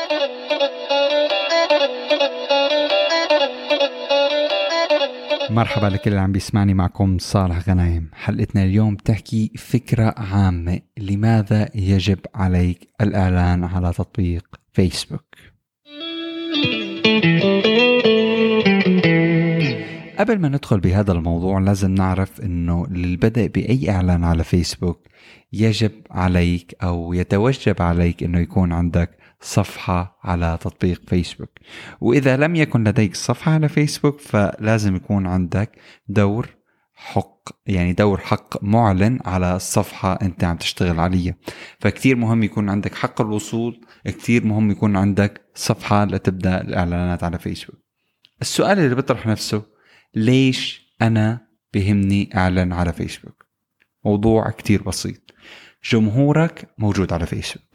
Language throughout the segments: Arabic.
مرحبا لكل اللي عم بيسمعني، معكم صالح غنايم. حلقتنا اليوم تحكي فكرة عامة: لماذا يجب عليك الإعلان على تطبيق فيسبوك؟ قبل ما ندخل بهذا الموضوع لازم نعرف انه للبدء بأي إعلان على فيسبوك يجب عليك او يتوجب عليك انه يكون عندك صفحة على تطبيق فيسبوك. وإذا لم يكن لديك صفحة على فيسبوك فلازم يكون عندك دور حق معلن على الصفحة أنت عم تشتغل عليها. فكتير مهم يكون عندك حق الوصول، كتير مهم يكون عندك صفحة لتبدأ الإعلانات على فيسبوك. السؤال اللي بيطرح نفسه: ليش أنا بهمني أعلن على فيسبوك؟ موضوع كتير بسيط. جمهورك موجود على فيسبوك،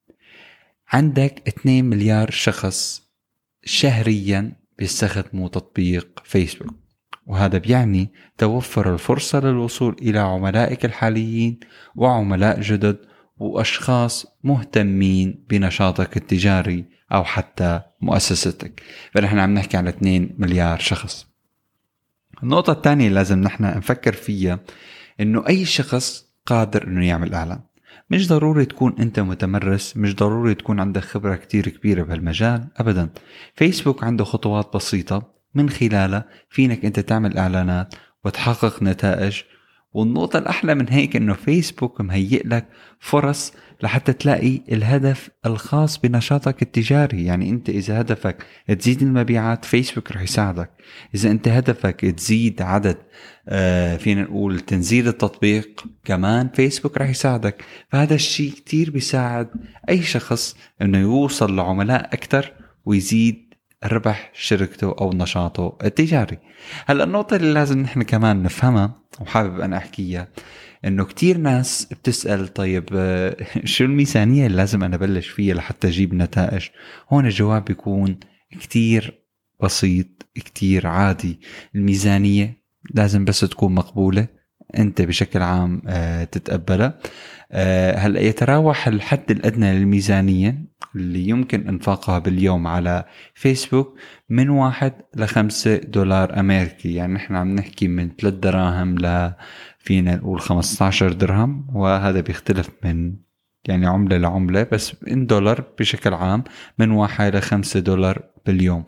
عندك 2 مليار شخص شهريا بيستخدموا تطبيق فيسبوك، وهذا بيعني توفر الفرصة للوصول إلى عملائك الحاليين وعملاء جدد وأشخاص مهتمين بنشاطك التجاري أو حتى مؤسستك. فنحن عم نحكي على 2 مليار شخص. النقطة الثانية لازم نحن نفكر فيها إنه أي شخص قادر إنه يعمل إعلان. مش ضروري تكون أنت متمرس، مش ضروري تكون عندك خبرة كتير كبيرة بهالمجال أبدا. فيسبوك عنده خطوات بسيطة من خلالها فينك أنت تعمل إعلانات وتحقق نتائج. والنقطة الأحلى من هيك إنه فيسبوك مهيئ لك فرص لحتى تلاقي الهدف الخاص بنشاطك التجاري. يعني أنت إذا هدفك تزيد المبيعات فيسبوك رح يساعدك. إذا أنت هدفك تزيد عدد فينا نقول تنزيل التطبيق، كمان فيسبوك رح يساعدك. فهذا الشيء كتير بيساعد أي شخص إنه يوصل لعملاء أكتر ويزيد ربح شركته أو نشاطه التجاري. هلأ النقطة اللي لازم نحن كمان نفهمها وحابب أنا أحكيها، إنه كتير ناس بتسأل: طيب شو الميزانية اللي لازم أنا أبلش فيها لحتى أجيب نتائج؟ هون الجواب بيكون كتير بسيط، كتير عادي. الميزانية لازم بس تكون مقبولة، أنت بشكل عام تتقبلها. هلأ يتراوح الحد الأدنى للميزانية اللي يمكن انفاقها باليوم على فيسبوك من 1 ل$5 أمريكي. يعني نحن عم نحكي من 3 دراهم فينا نقول 15 درهم، وهذا بيختلف من يعني عملة لعملة، بس إن دولار بشكل عام من 1 ل$5 باليوم.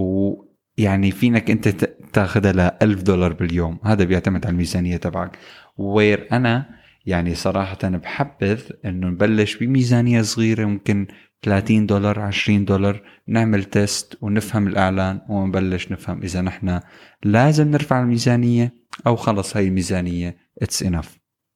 ويعني فينك أنت تاخدها $1000 باليوم. هذا بيعتمد على الميزانية تبعك. وير أنا يعني صراحة أنا بحبذ أنه نبلش بميزانية صغيرة، ممكن $30 $20، نعمل تيست ونفهم الإعلان ونبلش نفهم إذا نحن لازم نرفع الميزانية أو خلص هاي الميزانية it's enough.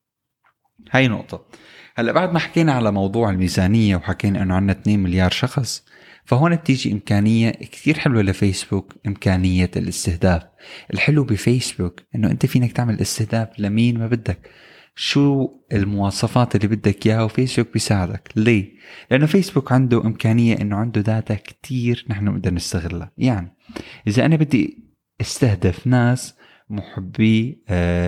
هاي نقطة. هلأ بعد ما حكينا على موضوع الميزانية وحكينا أنه عنا 2 مليار شخص، فهون بتيجي إمكانية كتير حلوة لفيسبوك، إمكانية الاستهداف. الحلو بفيسبوك أنه أنت فينك تعمل استهداف لمين ما بدك، شو المواصفات اللي بدك إياها، وفيسبوك بيساعدك. ليه؟ لأنه فيسبوك عنده إمكانية أنه عنده داتا كتير نحن نقدر نستغلها. يعني إذا أنا بدي استهدف ناس محبي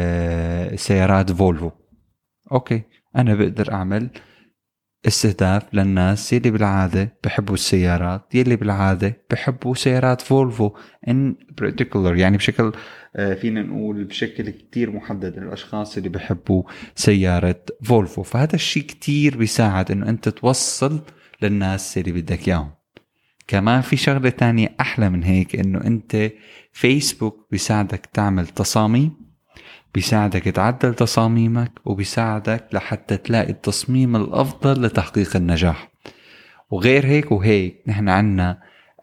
سيارات فولفو، أوكي، أنا بقدر أعمل استهداف للناس يلي بالعادة بحبوا السيارات، يلي بالعادة بحبوا سيارات فولفو in particular. يعني بشكل فينا نقول بشكل كتير محدد الأشخاص اللي بحبوا سيارة فولفو. فهذا الشيء كتير بيساعد إنه أنت توصل للناس اللي بدك إياهم. كمان في شغلة تانية أحلى من هيك، إنه أنت فيسبوك بيساعدك تعمل تصاميم، بيساعدك تعدل تصاميمك، وبيساعدك لحتى تلاقي التصميم الأفضل لتحقيق النجاح. وغير هيك وهيك نحن عنا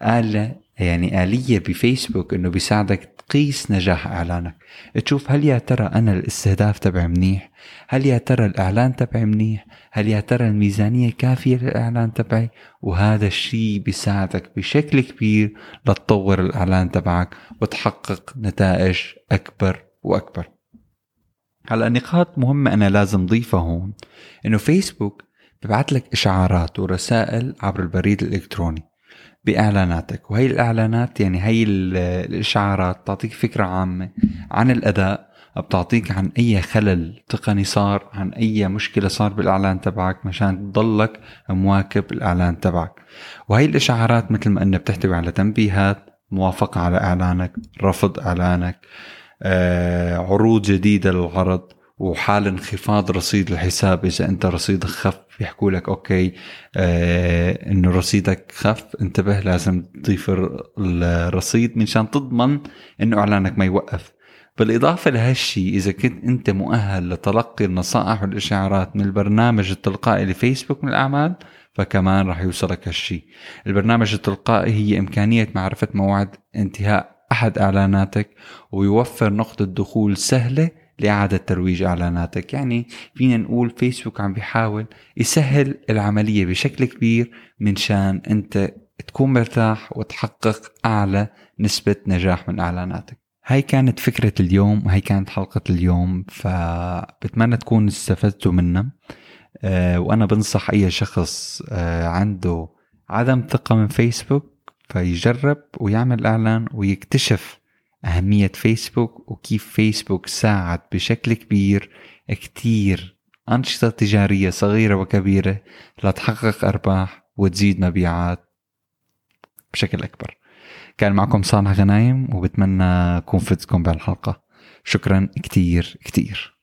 آلية بفيسبوك إنه بيساعدك تقيس نجاح إعلانك، تشوف هل يا ترى أنا الاستهداف تبعي منيح، هل يا ترى الإعلان تبعي منيح، هل يا ترى الميزانية كافية للإعلان تبعي. وهذا الشيء بيساعدك بشكل كبير لتطور الإعلان تبعك وتحقق نتائج أكبر وأكبر. هلأ نقاط مهمة أنا لازم ضيفها هون، إنه فيسبوك ببعث لك إشعارات ورسائل عبر البريد الإلكتروني بإعلاناتك. وهي الإعلانات يعني هي الإشعارات تعطيك فكرة عامة عن الأداء، بتعطيك عن أي خلل تقني صار، عن أي مشكلة صار بالإعلان تبعك، مشان تضلك مواكب الإعلان تبعك. وهي الإشعارات مثل ما أنه بتحتوي على تنبيهات، موافقة على إعلانك، رفض إعلانك، عروض جديدة للعرض، وحال انخفاض رصيد الحساب. إذا أنت رصيدك خف يحكوا لك أوكي إنه رصيدك خف، انتبه لازم تضيف الرصيد منشان تضمن إنه إعلانك ما يوقف. بالإضافة لهالشي، إذا كنت أنت مؤهل لتلقي النصائح والإشعارات من البرنامج التلقائي لفيسبوك من الأعمال، فكمان رح يوصلك هالشي. البرنامج التلقائي هي إمكانية معرفة موعد انتهاء أحد إعلاناتك، ويوفر نقطة دخول سهلة لإعادة ترويج إعلاناتك. يعني فينا نقول فيسبوك عم بيحاول يسهل العملية بشكل كبير من شان أنت تكون مرتاح وتحقق أعلى نسبة نجاح من إعلاناتك. هاي كانت فكرة اليوم، وهي كانت حلقة اليوم، فبتمنى تكون استفدتوا منها. وأنا بنصح أي شخص عنده عدم ثقة من فيسبوك فيجرب ويعمل إعلان ويكتشف أهمية فيسبوك، وكيف فيسبوك ساعد بشكل كبير كتير أنشطة تجارية صغيرة وكبيرة لتحقق أرباح وتزيد مبيعات بشكل أكبر. كان معكم صالح غنايم، وبتمنى أكون فدتكم بهالحلقة. شكرا كتير كتير.